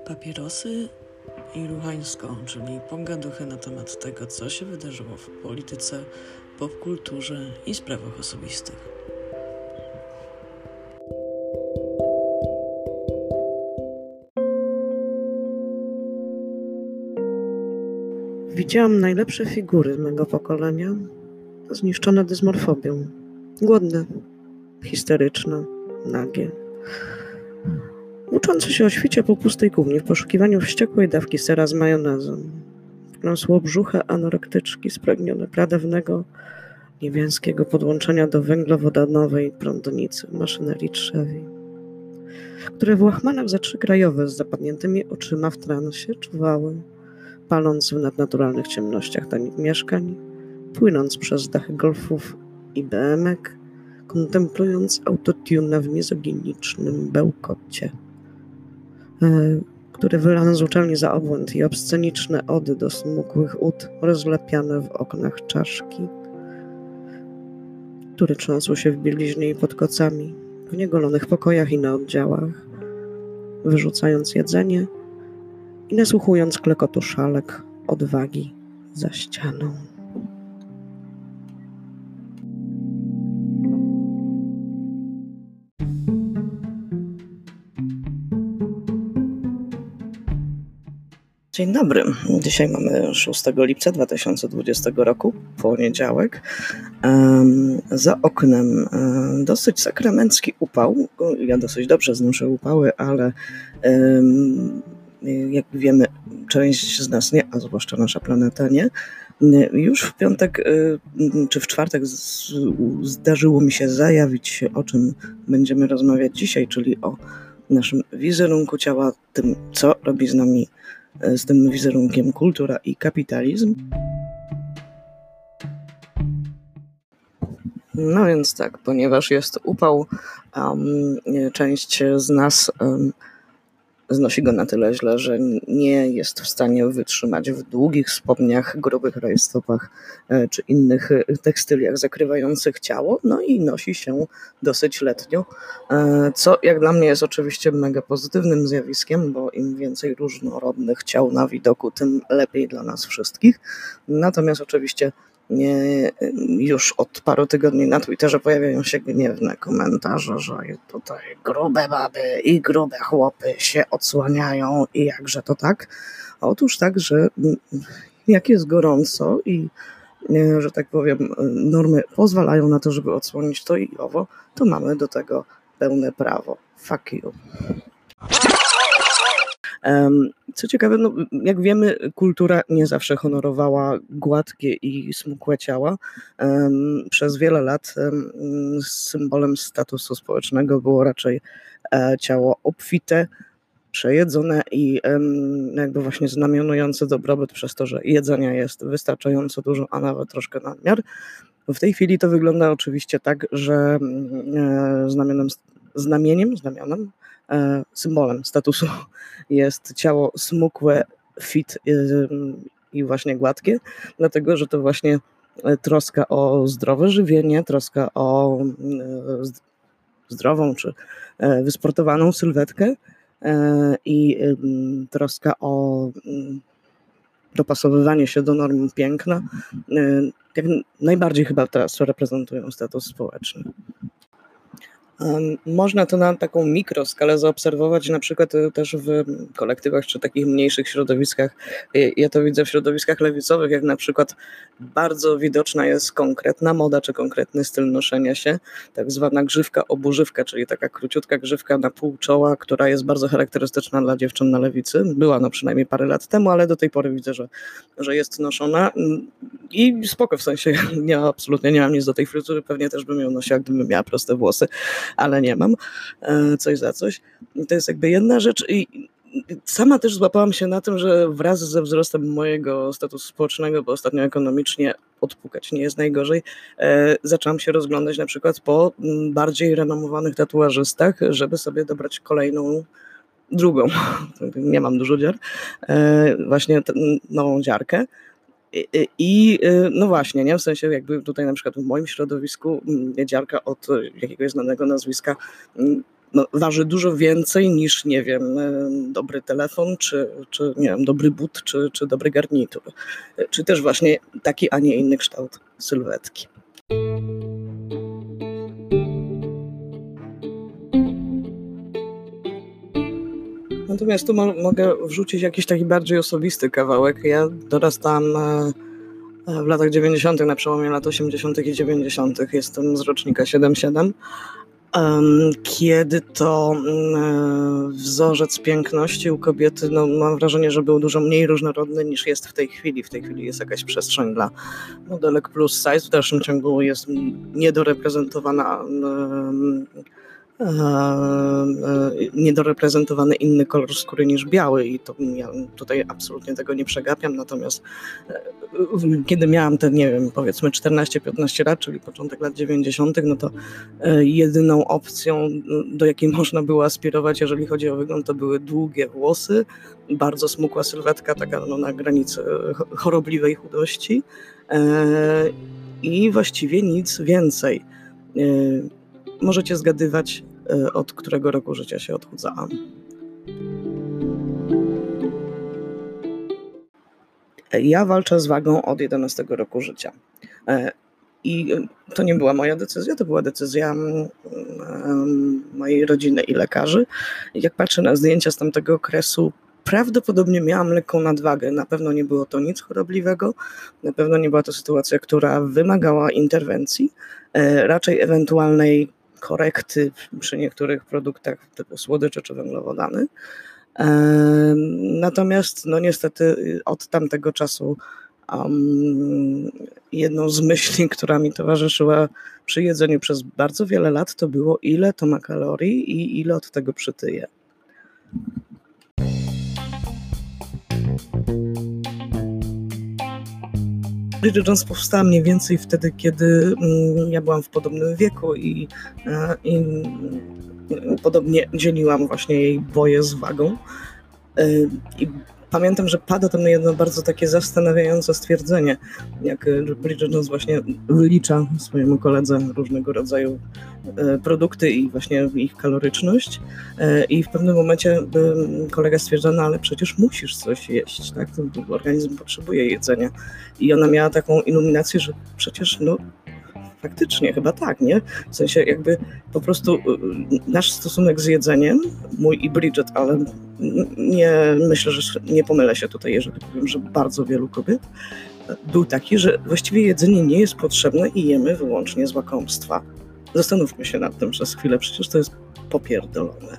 Papierosy i ruchańską, czyli pogaduchę na temat tego, co się wydarzyło w polityce, popkulturze i sprawach osobistych. Widziałam najlepsze figury mego pokolenia, zniszczone dysmorfobią. Głodne, histeryczne, nagie. Uczące się o świcie po pustej kuchni w poszukiwaniu wściekłej dawki sera z majonezem. Wkląsłobrzuche anorektyczki spragnione pradawnego, niebiańskiego podłączenia do węglowodanowej prądnicy maszynerii trzewi, które w łachmanach za 3 krajowe z zapadniętymi oczyma w transie czuwały, paląc w nadnaturalnych ciemnościach tanich mieszkań, płynąc przez dachy golfów i BM-ek, kontemplując autotune w mizoginicznym bełkocie, które wylane z uczelni za obłęd i obsceniczne ody do smukłych ud rozlepiane w oknach czaszki, które trząsły się w bieliźnie i pod kocami, w niegolonych pokojach i na oddziałach, wyrzucając jedzenie i nasłuchując klekotu szalek odwagi za ścianą. Dzień dobry. Dzisiaj mamy 6 lipca 2020 roku, poniedziałek. Za oknem dosyć sakramencki upał. Ja dosyć dobrze znoszę upały, ale jak wiemy, część z nas nie, a zwłaszcza nasza planeta nie. Już w piątek czy w czwartek zdarzyło mi się zajawić się, o czym będziemy rozmawiać dzisiaj, czyli o naszym wizerunku ciała, tym, co robi z nami, z tym wizerunkiem kultura i kapitalizm. No więc tak, ponieważ jest upał, część z nas znosi go na tyle źle, że nie jest w stanie wytrzymać w długich spodniach, grubych rajstopach czy innych tekstyliach zakrywających ciało, no i nosi się dosyć letnio, co jak dla mnie jest oczywiście mega pozytywnym zjawiskiem, bo im więcej różnorodnych ciał na widoku, tym lepiej dla nas wszystkich. Natomiast oczywiście już od paru tygodni na Twitterze pojawiają się gniewne komentarze, że tutaj grube baby i grube chłopy się odsłaniają i jakże to tak? Otóż tak, że jak jest gorąco i że tak powiem normy pozwalają na to, żeby odsłonić to i owo, to mamy do tego pełne prawo. Fuck you. Co ciekawe, no, jak wiemy, kultura nie zawsze honorowała gładkie i smukłe ciała. Przez wiele lat symbolem statusu społecznego było raczej ciało obfite, przejedzone i jakby właśnie znamionujące dobrobyt przez to, że jedzenia jest wystarczająco dużo, a nawet troszkę nadmiar. W tej chwili to wygląda oczywiście tak, że symbolem statusu jest ciało smukłe, fit i właśnie gładkie, dlatego że to właśnie troska o zdrowe żywienie, troska o zdrową czy wysportowaną sylwetkę i troska o dopasowywanie się do norm piękna, jak najbardziej chyba teraz reprezentują status społeczny. Można to na taką mikroskalę zaobserwować na przykład też w kolektywach czy takich mniejszych środowiskach. Ja to widzę w środowiskach lewicowych, jak na przykład bardzo widoczna jest konkretna moda czy konkretny styl noszenia się, tak zwana grzywka obużywka, czyli taka króciutka grzywka na pół czoła, która jest bardzo charakterystyczna dla dziewczyn na lewicy. Była no przynajmniej parę lat temu, ale do tej pory widzę, że jest noszona i spoko, w sensie ja absolutnie nie mam nic do tej fryzury, pewnie też bym ją nosiła, gdybym miała proste włosy, ale nie mam, coś za coś. I to jest jakby jedna rzecz i sama też złapałam się na tym, że wraz ze wzrostem mojego statusu społecznego, bo ostatnio ekonomicznie odpukać nie jest najgorzej, zaczęłam się rozglądać na przykład po bardziej renomowanych tatuażystach, żeby sobie dobrać kolejną, drugą, nie mam dużo dziar, właśnie nową dziarkę. I no właśnie, nie? W sensie jakby tutaj na przykład w moim środowisku dziarka od jakiegoś znanego nazwiska waży dużo więcej niż, nie wiem, dobry telefon, czy nie wiem, dobry but, czy dobry garnitur. Czy też właśnie taki, a nie inny kształt sylwetki. Natomiast tu mogę wrzucić jakiś taki bardziej osobisty kawałek. Ja dorastałam w latach 90., na przełomie lat 80. i 90. Jestem z rocznika 7-7. Kiedy to wzorzec piękności u kobiety, mam wrażenie, że był dużo mniej różnorodny niż jest w tej chwili. W tej chwili jest jakaś przestrzeń dla modelek plus size. W dalszym ciągu jest niedoreprezentowany inny kolor skóry niż biały i to ja tutaj absolutnie tego nie przegapiam, natomiast kiedy miałam te, nie wiem, powiedzmy 14-15 lat, czyli początek lat 90., no to jedyną opcją, do jakiej można było aspirować, jeżeli chodzi o wygląd, to były długie włosy, bardzo smukła sylwetka, taka na granicy chorobliwej chudości i właściwie nic więcej. Możecie zgadywać, od którego roku życia się odchudzałam. Ja walczę z wagą od 11 roku życia. I to nie była moja decyzja, to była decyzja mojej rodziny i lekarzy. Jak patrzę na zdjęcia z tamtego okresu, prawdopodobnie miałam lekką nadwagę. Na pewno nie było to nic chorobliwego, na pewno nie była to sytuacja, która wymagała interwencji, raczej ewentualnej korekty przy niektórych produktach typu słodycze czy węglowodany. Natomiast niestety od tamtego czasu jedną z myśli, która mi towarzyszyła przy jedzeniu przez bardzo wiele lat, to było, ile to ma kalorii i ile od tego przytyje. Bridget Jones powstała mniej więcej wtedy, kiedy ja byłam w podobnym wieku i podobnie dzieliłam właśnie jej boje z wagą. I pamiętam, że pada tam jedno bardzo takie zastanawiające stwierdzenie, jak Bridget Jones właśnie wylicza swojemu koledze różnego rodzaju produkty i właśnie ich kaloryczność. I w pewnym momencie kolega stwierdza, ale przecież musisz coś jeść, tak? Organizm potrzebuje jedzenia. I ona miała taką iluminację, że przecież faktycznie chyba tak, nie? W sensie jakby po prostu nasz stosunek z jedzeniem, mój i Bridget, ale myślę, że nie pomylę się tutaj, jeżeli powiem, że bardzo wielu kobiet, był taki, że właściwie jedzenie nie jest potrzebne i jemy wyłącznie z łakomstwa. Zastanówmy się nad tym przez chwilę, przecież to jest popierdolone.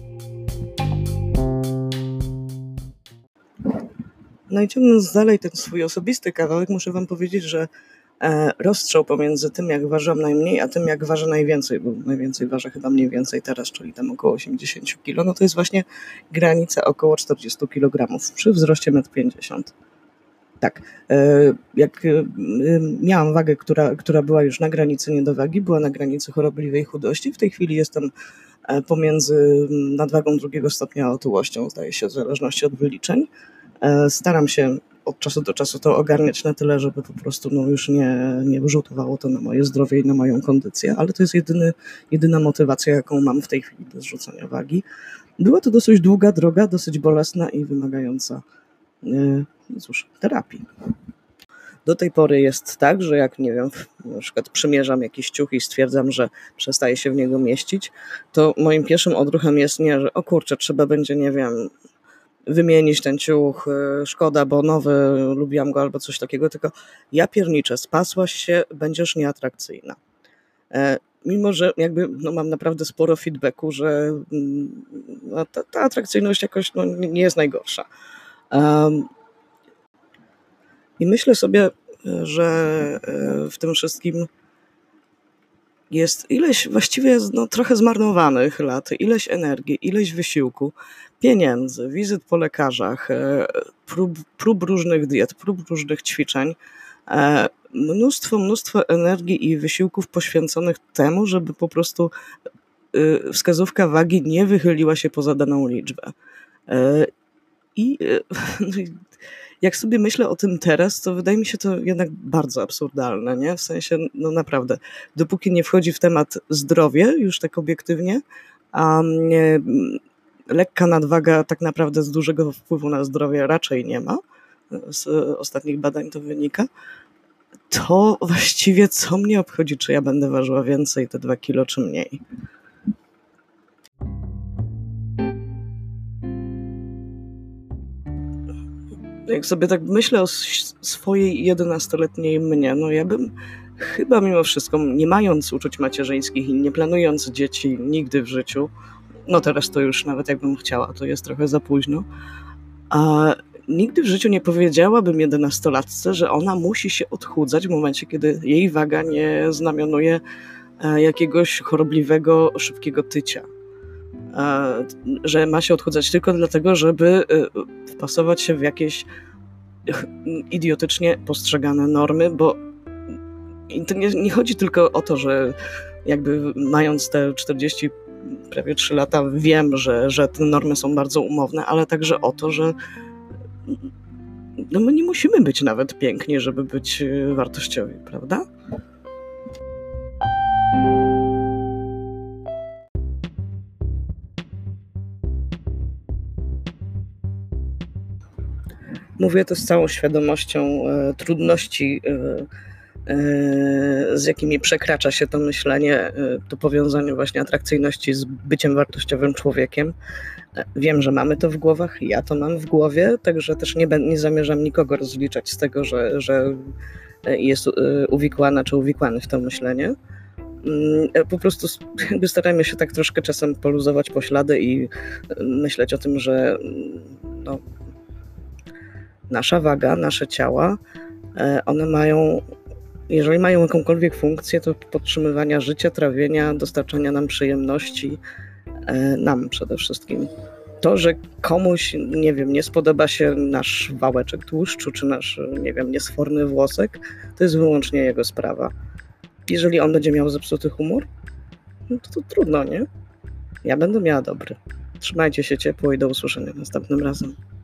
No i ciągnąc dalej ten swój osobisty kawałek, muszę wam powiedzieć, że rozstrzał pomiędzy tym, jak ważyłam najmniej, a tym, jak ważę najwięcej, bo najwięcej ważę chyba mniej więcej teraz, czyli tam około 80 kg, to jest właśnie granica około 40 kg przy wzroście 1,50 m. Tak, jak miałam wagę, która była już na granicy niedowagi, była na granicy chorobliwej chudości, w tej chwili jestem pomiędzy nadwagą drugiego stopnia otyłością, zdaje się, w zależności od wyliczeń. Staram się od czasu do czasu to ogarniać na tyle, żeby po prostu już nie wyrzutowało to na moje zdrowie i na moją kondycję, ale to jest jedyna motywacja, jaką mam w tej chwili do zrzucania wagi. Była to dosyć długa droga, dosyć bolesna i wymagająca terapii. Do tej pory jest tak, że jak, nie wiem, na przykład przymierzam jakiś ciuch i stwierdzam, że przestaje się w niego mieścić, to moim pierwszym odruchem jest nie, że o kurczę, trzeba będzie, nie wiem, wymienić ten ciuch, szkoda, bo nowy, lubiłam go albo coś takiego, tylko ja pierniczę, spasłaś się, będziesz nieatrakcyjna. Mimo, że jakby mam naprawdę sporo feedbacku, że ta atrakcyjność jakoś nie jest najgorsza. I myślę sobie, że w tym wszystkim jest ileś właściwie trochę zmarnowanych lat, ileś energii, ileś wysiłku, pieniędzy, wizyt po lekarzach, prób różnych diet, prób różnych ćwiczeń, mnóstwo energii i wysiłków poświęconych temu, żeby po prostu wskazówka wagi nie wychyliła się poza daną liczbę. I jak sobie myślę o tym teraz, to wydaje mi się to jednak bardzo absurdalne, nie? W sensie, naprawdę, dopóki nie wchodzi w temat zdrowie, już tak obiektywnie, a lekka nadwaga tak naprawdę z dużego wpływu na zdrowie raczej nie ma. Z ostatnich badań to wynika. To właściwie co mnie obchodzi, czy ja będę ważyła więcej, te 2 kilo, czy mniej. Jak sobie tak myślę o swojej 11-letniej mnie, no ja bym chyba mimo wszystko, nie mając uczuć macierzyńskich i nie planując dzieci nigdy w życiu, no teraz to już nawet jakbym chciała, to jest trochę za późno, a nigdy w życiu nie powiedziałabym 11-latce, że ona musi się odchudzać w momencie, kiedy jej waga nie znamionuje jakiegoś chorobliwego, szybkiego tycia. Że ma się odchudzać tylko dlatego, żeby wpasować się w jakieś idiotycznie postrzegane normy, bo to nie chodzi tylko o to, że jakby mając te 40, prawie 3 lata wiem, że te normy są bardzo umowne, ale także o to, że no my nie musimy być nawet piękni, żeby być wartościowi, prawda? Mówię to z całą świadomością trudności, z jakimi przekracza się to myślenie, to powiązanie właśnie atrakcyjności z byciem wartościowym człowiekiem. Wiem, że mamy to w głowach, ja to mam w głowie, także też nie zamierzam nikogo rozliczać z tego, że jest uwikłana czy uwikłany w to myślenie. Po prostu jakby starajmy się tak troszkę czasem poluzować poślady i myśleć o tym, że no, nasza waga, nasze ciała, one mają, jeżeli mają jakąkolwiek funkcję, to podtrzymywania życia, trawienia, dostarczania nam przyjemności, nam przede wszystkim. To, że komuś, nie wiem, nie spodoba się nasz wałeczek tłuszczu, czy nasz, nie wiem, niesforny włosek, to jest wyłącznie jego sprawa. Jeżeli on będzie miał zepsuty humor, no to trudno, nie? Ja będę miała dobry. Trzymajcie się ciepło i do usłyszenia następnym razem.